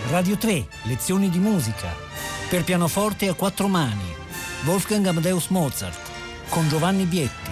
Radio 3, lezioni di musica. Per pianoforte a 4 mani. Wolfgang Amadeus Mozart, con Giovanni Bietti.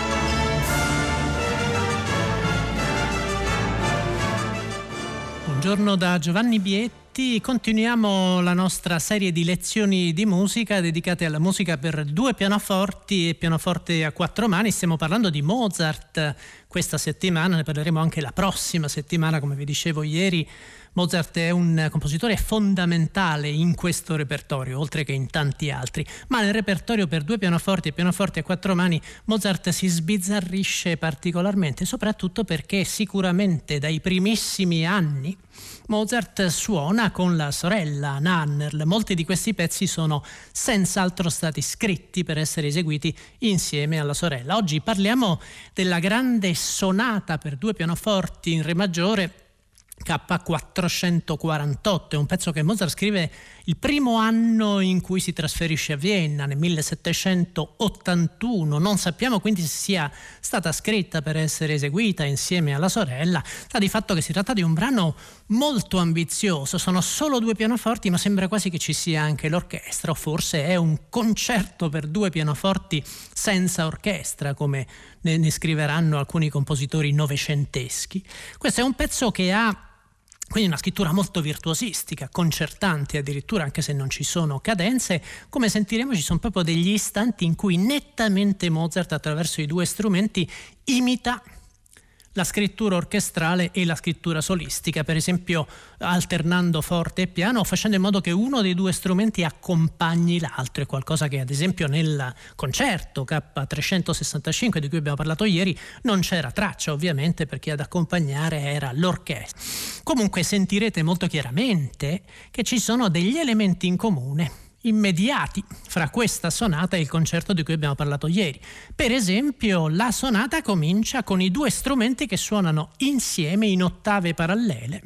Buongiorno da Giovanni Bietti. Continuiamo la nostra serie di lezioni di musica dedicate alla musica per 2 pianoforti e pianoforte a 4 mani. Stiamo parlando di Mozart questa settimana, ne parleremo anche la prossima settimana, come vi dicevo ieri. Mozart è un compositore fondamentale in questo repertorio, oltre che in tanti altri, ma nel repertorio per 2 pianoforti e pianoforti a 4 mani Mozart si sbizzarrisce particolarmente, soprattutto perché sicuramente dai primissimi anni Mozart suona con la sorella Nannerl. Molti di questi pezzi sono senz'altro stati scritti per essere eseguiti insieme alla sorella. Oggi parliamo della grande sonata per 2 pianoforti in re maggiore K448, è un pezzo che Mozart scrive il primo anno in cui si trasferisce a Vienna, nel 1781. Non sappiamo quindi se sia stata scritta per essere eseguita insieme alla sorella. Sta di fatto che si tratta di un brano molto ambizioso, sono solo 2 pianoforti, ma sembra quasi che ci sia anche l'orchestra, o forse è un concerto per 2 pianoforti senza orchestra, come ne scriveranno alcuni compositori novecenteschi. Questo è un pezzo che ha quindi una scrittura molto virtuosistica, concertante addirittura, anche se non ci sono cadenze. Come sentiremo, ci sono proprio degli istanti in cui nettamente Mozart, attraverso i 2 strumenti, imita la scrittura orchestrale e la scrittura solistica, per esempio alternando forte e piano o facendo in modo che uno dei 2 strumenti accompagni l'altro. È qualcosa che ad esempio nel concerto K365 di cui abbiamo parlato ieri non c'era traccia, ovviamente, perché ad accompagnare era l'orchestra. Comunque sentirete molto chiaramente che ci sono degli elementi in comune immediati fra questa sonata e il concerto di cui abbiamo parlato ieri. Per esempio, la sonata comincia con i 2 strumenti che suonano insieme in ottave parallele.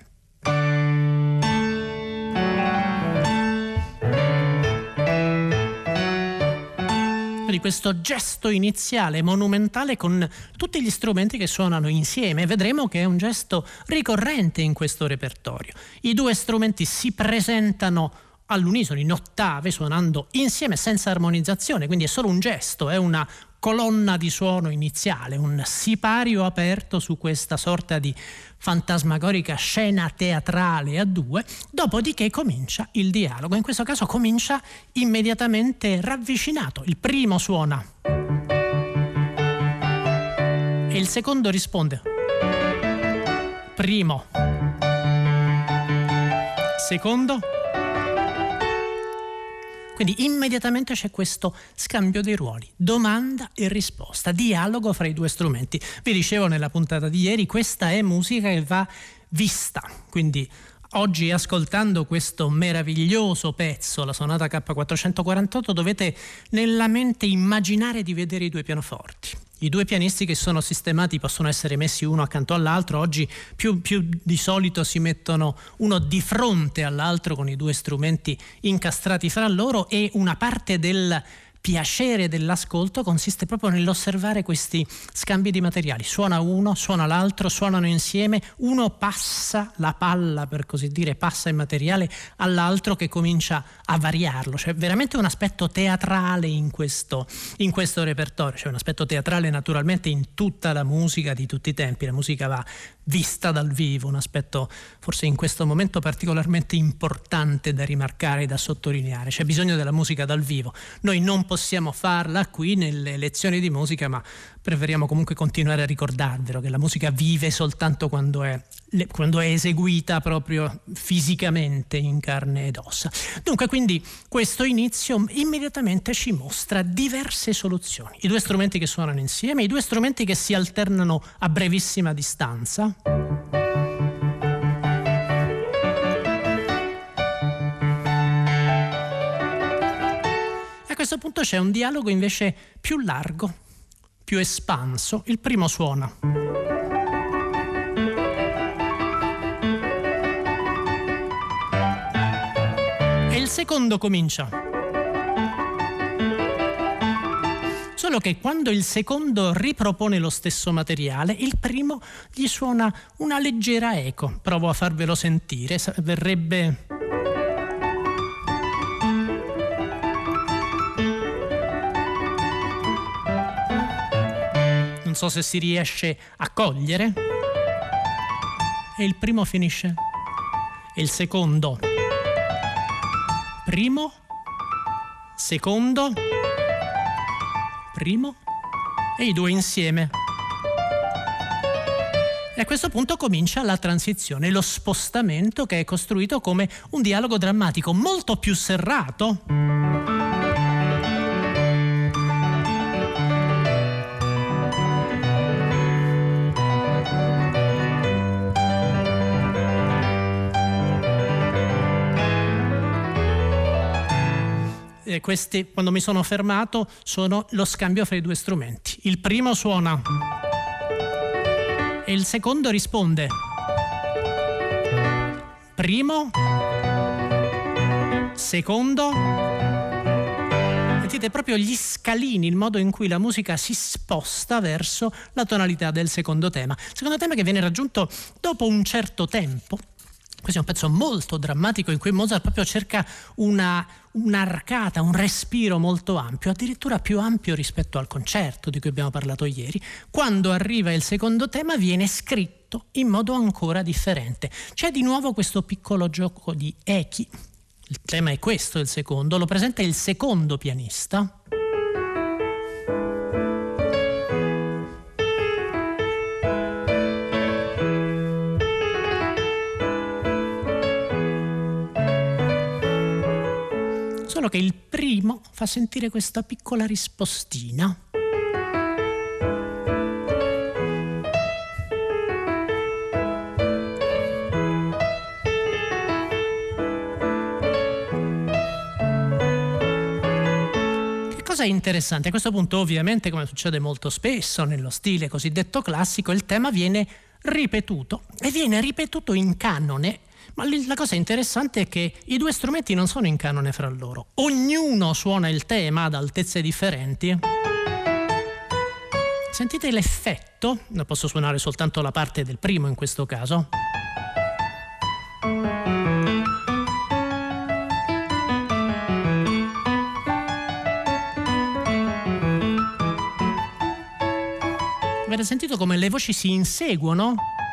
Quindi questo gesto iniziale monumentale con tutti gli strumenti che suonano insieme. Vedremo che è un gesto ricorrente in questo repertorio. I 2 strumenti si presentano all'unisono in ottave, suonando insieme senza armonizzazione, quindi è solo un gesto, è una colonna di suono iniziale, un sipario aperto su questa sorta di fantasmagorica scena teatrale a 2, dopodiché comincia il dialogo. In questo caso comincia immediatamente ravvicinato. Il primo suona e il secondo risponde. Primo, secondo. Quindi immediatamente c'è questo scambio dei ruoli, domanda e risposta, dialogo fra i 2 strumenti. Vi dicevo nella puntata di ieri, questa è musica che va vista, quindi oggi ascoltando questo meraviglioso pezzo, la sonata K448, dovete nella mente immaginare di vedere i 2 pianoforti. I 2 pianisti che sono sistemati possono essere messi uno accanto all'altro. Oggi più di solito si mettono uno di fronte all'altro con i 2 strumenti incastrati fra loro, e una parte del piacere dell'ascolto consiste proprio nell'osservare questi scambi di materiali. Suona uno, suona l'altro, suonano insieme, uno passa la palla, per così dire, passa il materiale all'altro che comincia a variarlo. C'è veramente un aspetto teatrale in questo repertorio. C'è un aspetto teatrale naturalmente in tutta la musica di tutti i tempi. La musica va vista dal vivo, un aspetto forse in questo momento particolarmente importante da rimarcare, da sottolineare. C'è bisogno della musica dal vivo. Noi non possiamo farla qui nelle lezioni di musica, ma preferiamo comunque continuare a ricordarvelo che la musica vive soltanto quando è eseguita proprio fisicamente in carne ed ossa. Dunque, quindi questo inizio immediatamente ci mostra diverse soluzioni. I 2 strumenti che suonano insieme, i 2 strumenti che si alternano a brevissima distanza. A questo punto c'è un dialogo invece più largo, più espanso. Il primo suona e il secondo comincia. Solo che quando il secondo ripropone lo stesso materiale, il primo gli suona una leggera eco. Provo a farvelo sentire, verrebbe... so se si riesce a cogliere. E il primo finisce. E il secondo. Primo. Secondo. Primo. E i due insieme. E a questo punto comincia la transizione, lo spostamento che è costruito come un dialogo drammatico molto più serrato. E questi, quando mi sono fermato, sono lo scambio fra i due strumenti. Il primo suona e il secondo risponde. Primo, secondo. Sentite proprio gli scalini, il modo in cui la musica si sposta verso la tonalità del secondo tema. Secondo tema che viene raggiunto dopo un certo tempo. Questo è un pezzo molto drammatico in cui Mozart proprio cerca un'arcata, un respiro molto ampio, addirittura più ampio rispetto al concerto di cui abbiamo parlato ieri. Quando arriva il secondo tema viene scritto in modo ancora differente. C'è di nuovo questo piccolo gioco di echi. Il tema è questo, il secondo, lo presenta il secondo pianista. Solo che il primo fa sentire questa piccola rispostina. Che cosa è interessante? A questo punto, ovviamente, come succede molto spesso nello stile cosiddetto classico, il tema viene ripetuto e viene ripetuto in canone. Ma la cosa interessante è che i due strumenti non sono in canone fra loro. Ognuno suona il tema ad altezze differenti. Sentite l'effetto? Ne posso suonare soltanto la parte del primo in questo caso. Avete sentito come le voci si inseguono?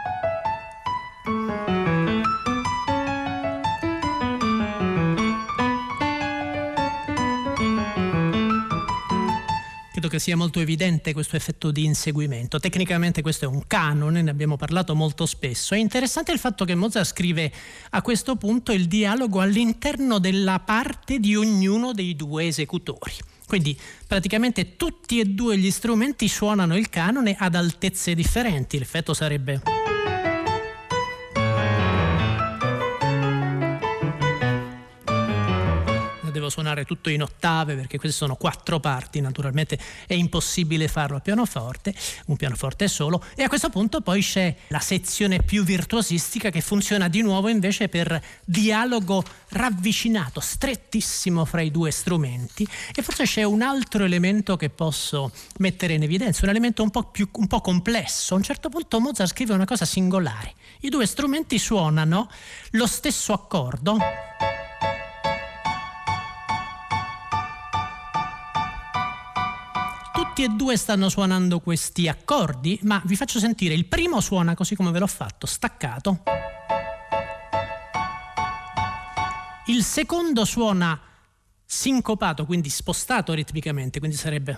Che sia molto evidente questo effetto di inseguimento. Tecnicamente questo è un canone, ne abbiamo parlato molto spesso. È interessante il fatto che Mozart scrive a questo punto il dialogo all'interno della parte di ognuno dei due esecutori. Quindi praticamente tutti e due gli strumenti suonano il canone ad altezze differenti. L'effetto sarebbe... Devo suonare tutto in ottave perché queste sono 4 parti, naturalmente è impossibile farlo a pianoforte, un pianoforte solo, e a questo punto poi c'è la sezione più virtuosistica che funziona di nuovo invece per dialogo ravvicinato, strettissimo fra i due strumenti. E forse c'è un altro elemento che posso mettere in evidenza, un elemento un po' complesso. A un certo punto Mozart scrive una cosa singolare: i due strumenti suonano lo stesso accordo, tutti e due stanno suonando questi accordi, ma vi faccio sentire. Il primo suona così come ve l'ho fatto, staccato. Il secondo suona sincopato, quindi spostato ritmicamente, quindi sarebbe...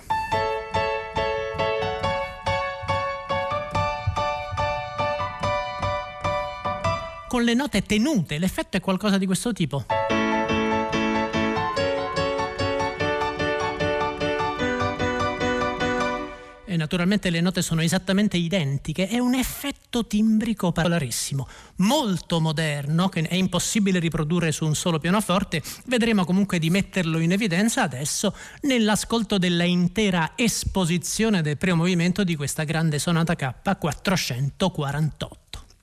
con le note tenute. L'effetto è qualcosa di questo tipo. E naturalmente le note sono esattamente identiche. È un effetto timbrico particolarissimo, molto moderno, che è impossibile riprodurre su un solo pianoforte. Vedremo comunque di metterlo in evidenza adesso nell'ascolto della intera esposizione del primo movimento di questa grande sonata K 448.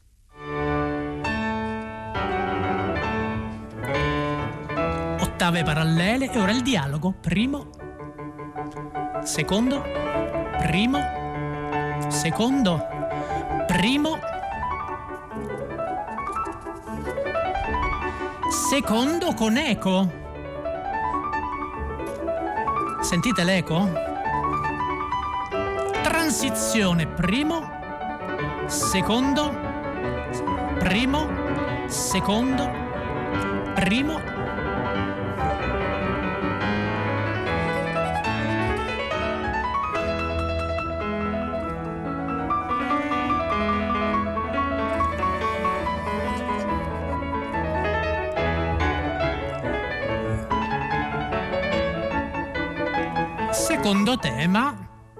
Ottave parallele e ora il dialogo. Primo, secondo, primo, secondo, primo, secondo con eco. Sentite l'eco? transizione primo, secondo, primo, secondo, primo. Secondo tema.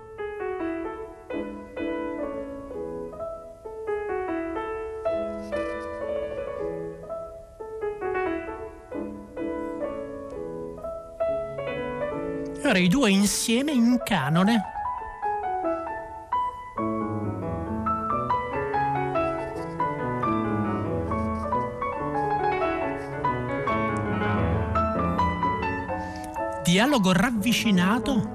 E ora i due insieme in canone. Dialogo ravvicinato.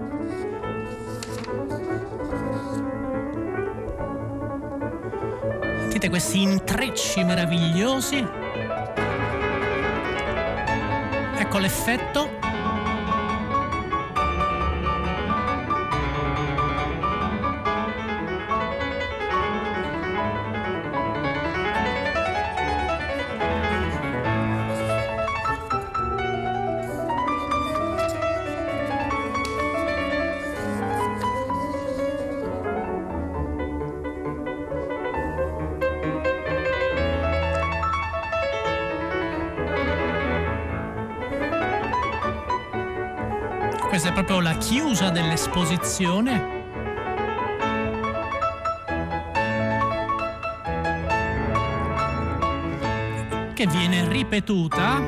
Sentite questi intrecci meravigliosi. Ecco l'effetto. Questa è proprio la chiusa dell'esposizione. Che viene ripetuta.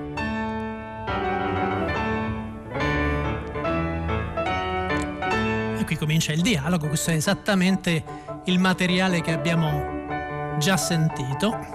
E qui comincia il dialogo. Questo è esattamente il materiale che abbiamo già sentito.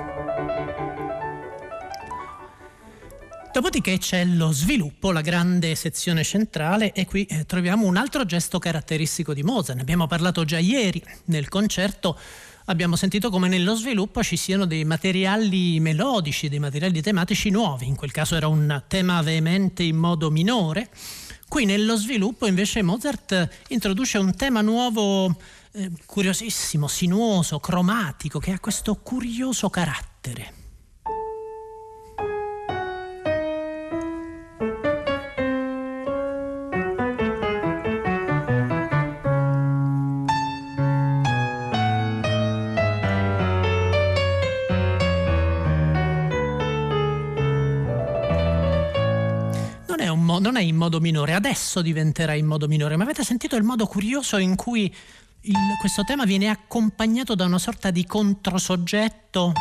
Dopodiché c'è lo sviluppo, la grande sezione centrale, e qui troviamo un altro gesto caratteristico di Mozart. Ne abbiamo parlato già ieri nel concerto. Abbiamo sentito come nello sviluppo ci siano dei materiali melodici, dei materiali tematici nuovi. In quel caso era un tema veemente in modo minore. Qui nello sviluppo invece Mozart introduce un tema nuovo, curiosissimo, sinuoso, cromatico, che ha questo curioso carattere. Non è in modo minore, adesso diventerà in modo minore, ma avete sentito il modo curioso in cui questo tema viene accompagnato da una sorta di controsoggetto?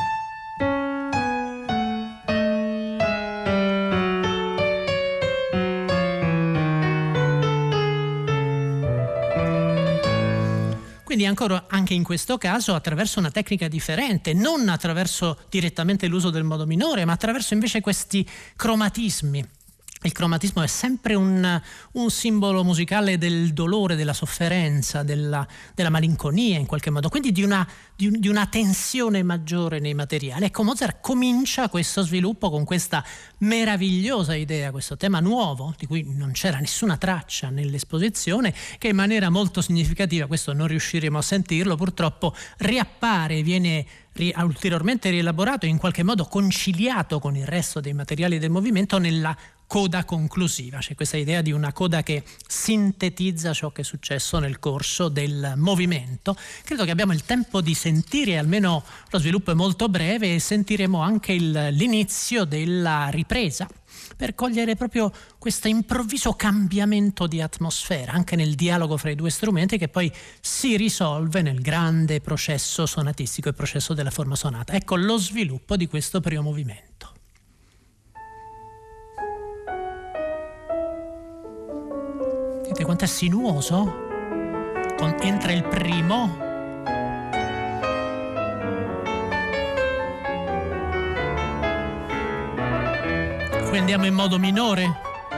Quindi ancora anche in questo caso attraverso una tecnica differente, non attraverso direttamente l'uso del modo minore, ma attraverso invece questi cromatismi. Il cromatismo è sempre un simbolo musicale del dolore, della sofferenza, della malinconia in qualche modo, quindi di una tensione maggiore nei materiali. Ecco, Mozart comincia questo sviluppo con questa meravigliosa idea, questo tema nuovo, di cui non c'era nessuna traccia nell'esposizione, che in maniera molto significativa, questo non riusciremo a sentirlo purtroppo, riappare, viene ulteriormente rielaborato e in qualche modo conciliato con il resto dei materiali del movimento nella coda conclusiva. C'è questa idea di una coda che sintetizza ciò che è successo nel corso del movimento. Credo che abbiamo il tempo di sentire, almeno lo sviluppo è molto breve, e sentiremo anche l'inizio della ripresa per cogliere proprio questo improvviso cambiamento di atmosfera anche nel dialogo fra i due strumenti, che poi si risolve nel grande processo sonatistico e processo della forma sonata. Ecco lo sviluppo di questo primo movimento. Vedete quanto è sinuoso? Entra il primo. Qui andiamo in modo minore.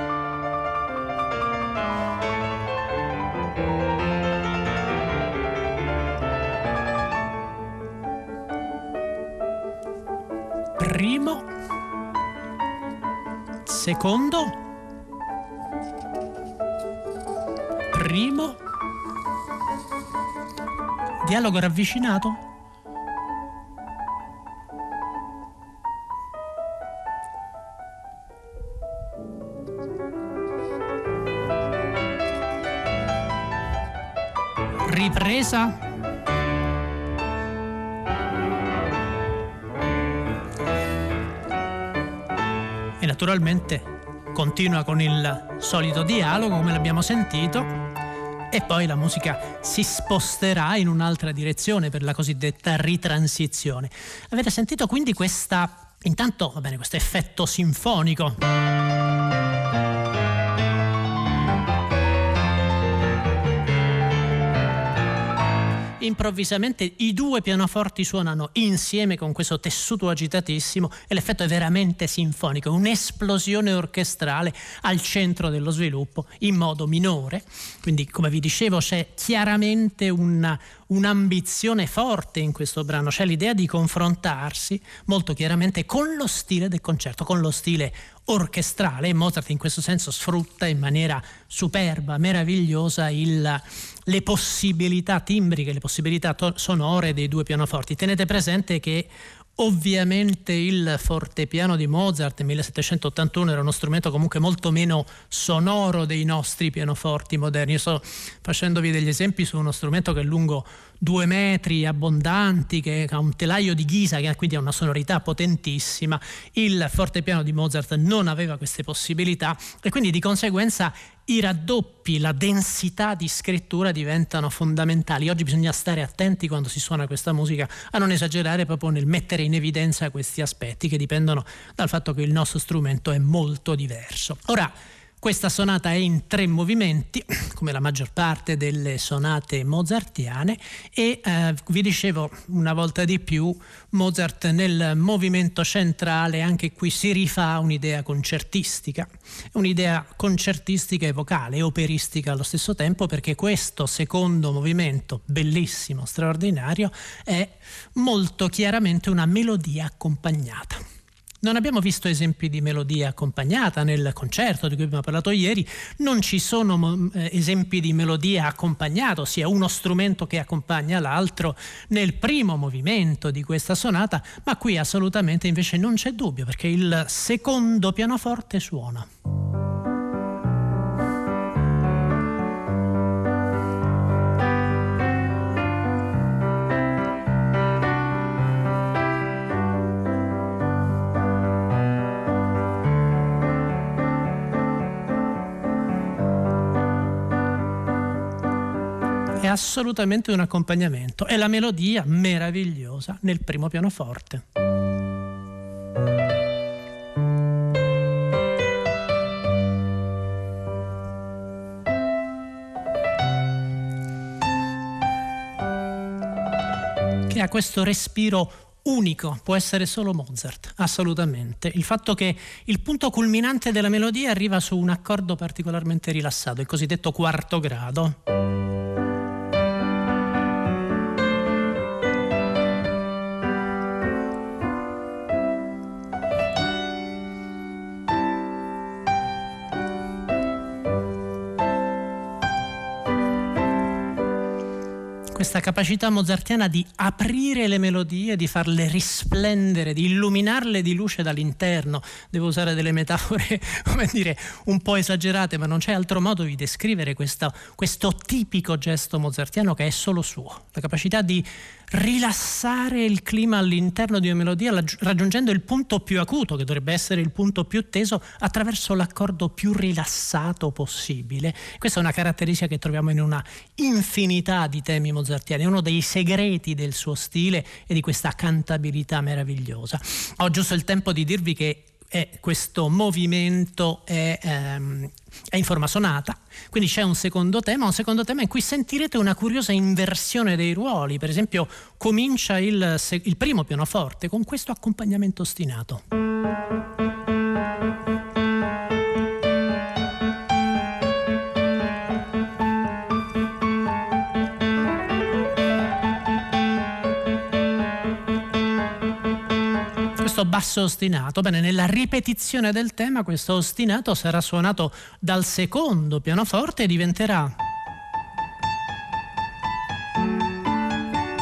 Primo. Secondo. Primo, dialogo ravvicinato. Ripresa. E naturalmente continua con il solito dialogo come l'abbiamo sentito, e poi la musica si sposterà in un'altra direzione per la cosiddetta ritransizione. Avete sentito quindi questo effetto sinfonico. Improvvisamente i due pianoforti suonano insieme con questo tessuto agitatissimo e l'effetto è veramente sinfonico, un'esplosione orchestrale al centro dello sviluppo in modo minore. Quindi, come vi dicevo, c'è chiaramente un'ambizione forte in questo brano, c'è l'idea di confrontarsi molto chiaramente con lo stile del concerto, con lo stile orchestrale. Mozart in questo senso sfrutta in maniera superba, meravigliosa le possibilità timbriche, le possibilità sonore dei due pianoforti. Tenete presente che ovviamente il fortepiano di Mozart nel 1781 era uno strumento comunque molto meno sonoro dei nostri pianoforti moderni. Io sto facendovi degli esempi su uno strumento che è lungo 2 metri, abbondanti, che ha un telaio di ghisa, che quindi ha una sonorità potentissima. Il fortepiano di Mozart non aveva queste possibilità e quindi di conseguenza i raddoppi, la densità di scrittura diventano fondamentali. Oggi bisogna stare attenti quando si suona questa musica a non esagerare proprio nel mettere in evidenza questi aspetti che dipendono dal fatto che il nostro strumento è molto diverso. Ora, questa sonata è in 3 movimenti, come la maggior parte delle sonate mozartiane, e vi dicevo una volta di più, Mozart nel movimento centrale anche qui si rifà un'idea concertistica e vocale, e operistica allo stesso tempo, perché questo secondo movimento, bellissimo, straordinario, è molto chiaramente una melodia accompagnata. Non abbiamo visto esempi di melodia accompagnata nel concerto di cui abbiamo parlato ieri, non ci sono esempi di melodia accompagnata, ossia uno strumento che accompagna l'altro nel primo movimento di questa sonata, ma qui assolutamente invece non c'è dubbio, perché il secondo pianoforte suona. È assolutamente un accompagnamento, è la melodia meravigliosa nel primo pianoforte. Che ha questo respiro unico, può essere solo Mozart, assolutamente. Il fatto che il punto culminante della melodia arriva su un accordo particolarmente rilassato, il cosiddetto quarto grado. Questa capacità mozartiana di aprire le melodie, di farle risplendere, di illuminarle di luce dall'interno. Devo usare delle metafore, come dire, un po' esagerate, ma non c'è altro modo di descrivere questo tipico gesto mozartiano che è solo suo. La capacità di rilassare il clima all'interno di una melodia, raggiungendo il punto più acuto, che dovrebbe essere il punto più teso, attraverso l'accordo più rilassato possibile. Questa è una caratteristica che troviamo in una infinità di temi mozartiani, è uno dei segreti del suo stile e di questa cantabilità meravigliosa. Ho giusto il tempo di dirvi che questo movimento è in forma sonata, quindi c'è un secondo tema in cui sentirete una curiosa inversione dei ruoli. Per esempio, comincia il primo pianoforte con questo accompagnamento ostinato. Questo basso ostinato, bene, nella ripetizione del tema questo ostinato sarà suonato dal secondo pianoforte e diventerà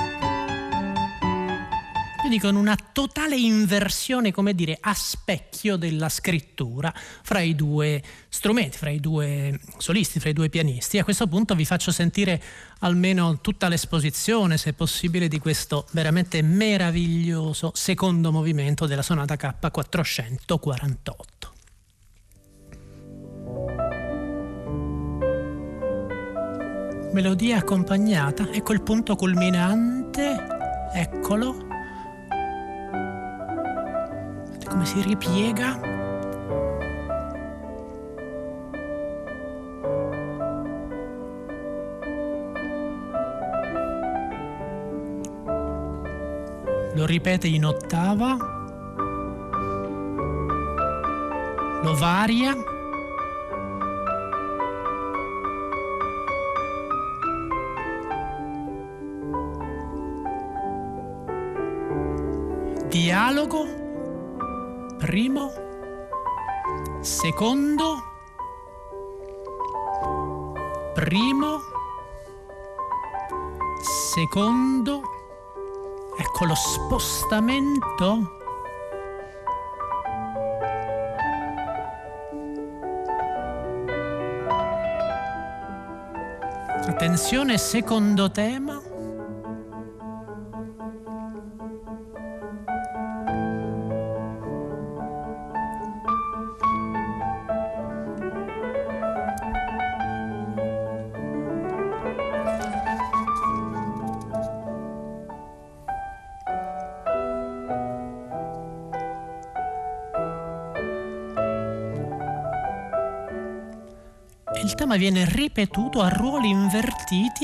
quindi con una totale inversione, come dire, a specchio della scrittura fra i due strumenti, fra i due solisti, fra i due pianisti. A questo punto vi faccio sentire almeno tutta l'esposizione, se possibile, di questo veramente meraviglioso secondo movimento della sonata K448. Melodia accompagnata, ecco il punto culminante, eccolo, vedete come si ripiega. Lo ripete in ottava, lo varia. Dialogo, primo, secondo, primo, secondo, ecco lo spostamento. Attenzione, secondo tema. Il tema viene ripetuto a ruoli invertiti.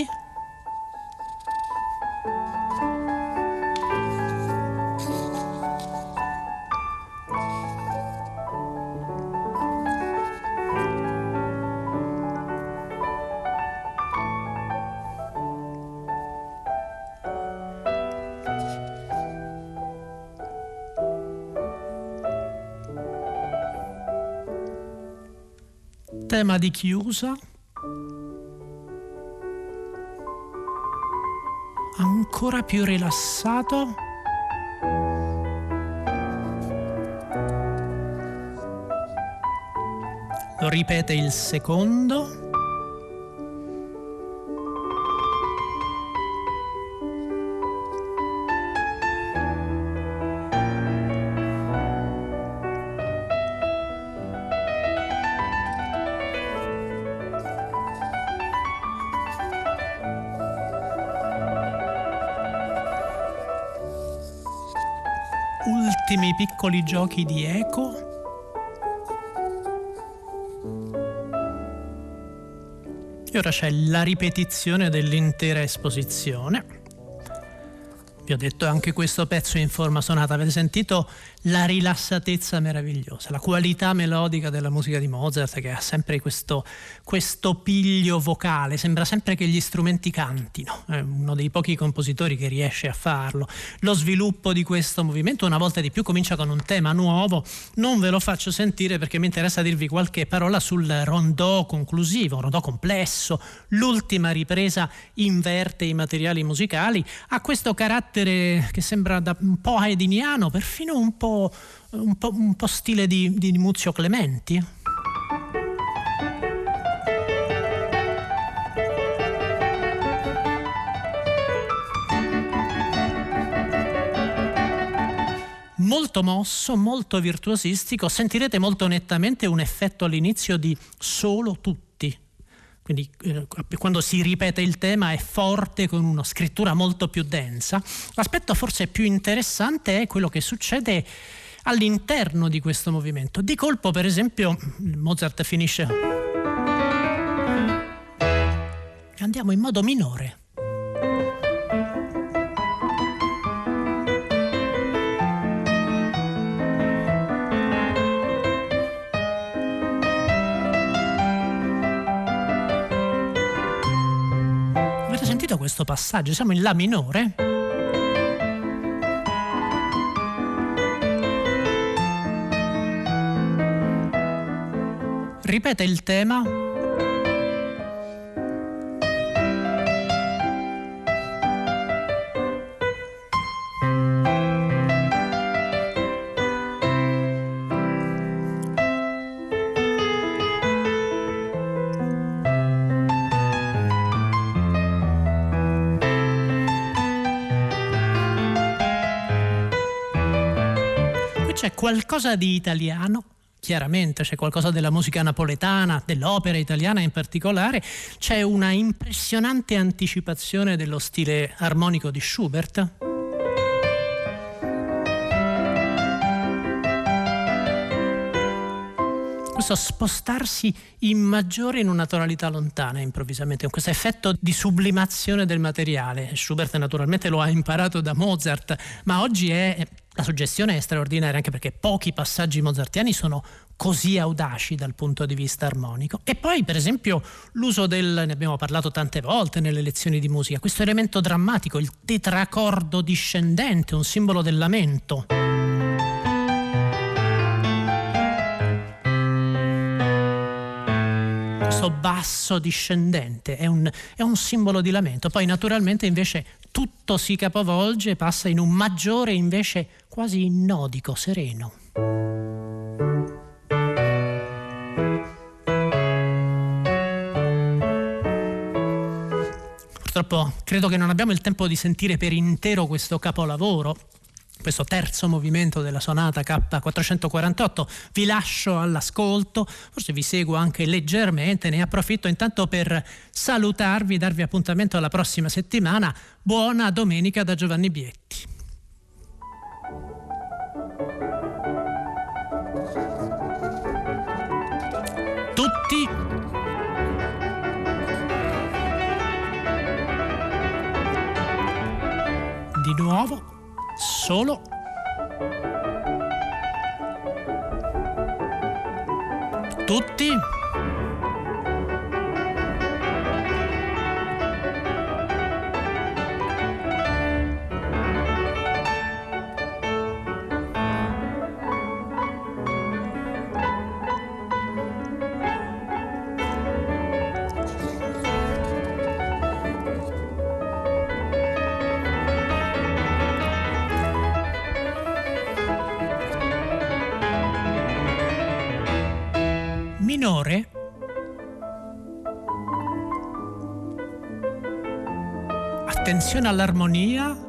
Tema di chiusa, ancora più rilassato, lo ripete il secondo, ultimi piccoli giochi di eco. E ora c'è la ripetizione dell'intera esposizione. Vi ho detto anche questo pezzo in forma sonata, avete sentito la rilassatezza meravigliosa, la qualità melodica della musica di Mozart, che ha sempre questo piglio vocale, sembra sempre che gli strumenti cantino, è uno dei pochi compositori che riesce a farlo. Lo sviluppo di questo movimento una volta di più comincia con un tema nuovo, non ve lo faccio sentire perché mi interessa dirvi qualche parola sul rondò conclusivo, un rondò complesso. L'ultima ripresa inverte i materiali musicali, ha questo carattere che sembra un po' haydniano, perfino un po' stile di Muzio Clementi. Molto mosso, molto virtuosistico, sentirete molto nettamente un effetto all'inizio di solo tutti. Quindi quando si ripete il tema è forte, con una scrittura molto più densa. L'aspetto forse più interessante è quello che succede all'interno di questo movimento. Di colpo, per esempio, Mozart finisce. Andiamo in modo minore. Sentito questo passaggio? Siamo in La minore. Ripete il tema. c'è qualcosa di italiano. Chiaramente c'è qualcosa della musica napoletana, dell'opera italiana in particolare, c'è una impressionante anticipazione dello stile armonico di Schubert. Questo spostarsi in maggiore in una tonalità lontana improvvisamente, questo effetto di sublimazione del materiale. Schubert naturalmente lo ha imparato da Mozart, ma oggi la suggestione è straordinaria, anche perché pochi passaggi mozartiani sono così audaci dal punto di vista armonico. E poi, per esempio, l'uso ne abbiamo parlato tante volte nelle lezioni di musica, questo elemento drammatico, il tetracordo discendente, un simbolo del lamento. Questo basso discendente è un simbolo di lamento. Poi naturalmente invece tutto si capovolge, passa in un maggiore invece quasi innodico, sereno. Purtroppo credo che non abbiamo il tempo di sentire per intero questo capolavoro, questo terzo movimento della sonata K448. Vi lascio all'ascolto, forse vi seguo anche leggermente, ne approfitto intanto per salutarvi, darvi appuntamento alla prossima settimana. Buona domenica da Giovanni Bietti. Tutti di nuovo solo tutti minore. Attenzione all'armonia.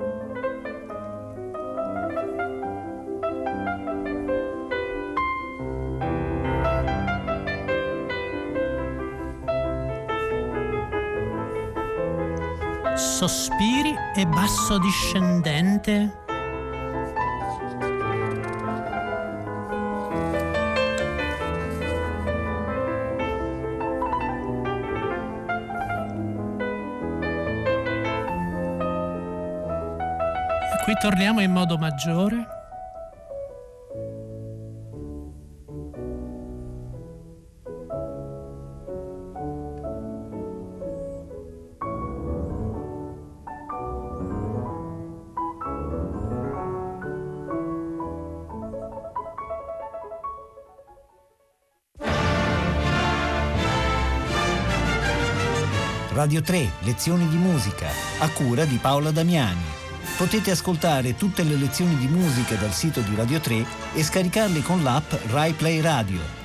Sospiri e basso discendente. Qui torniamo in modo maggiore. Radio 3, lezioni di musica, a cura di Paola Damiani. Potete ascoltare tutte le lezioni di musica dal sito di Radio 3 e scaricarle con l'app Rai Play Radio.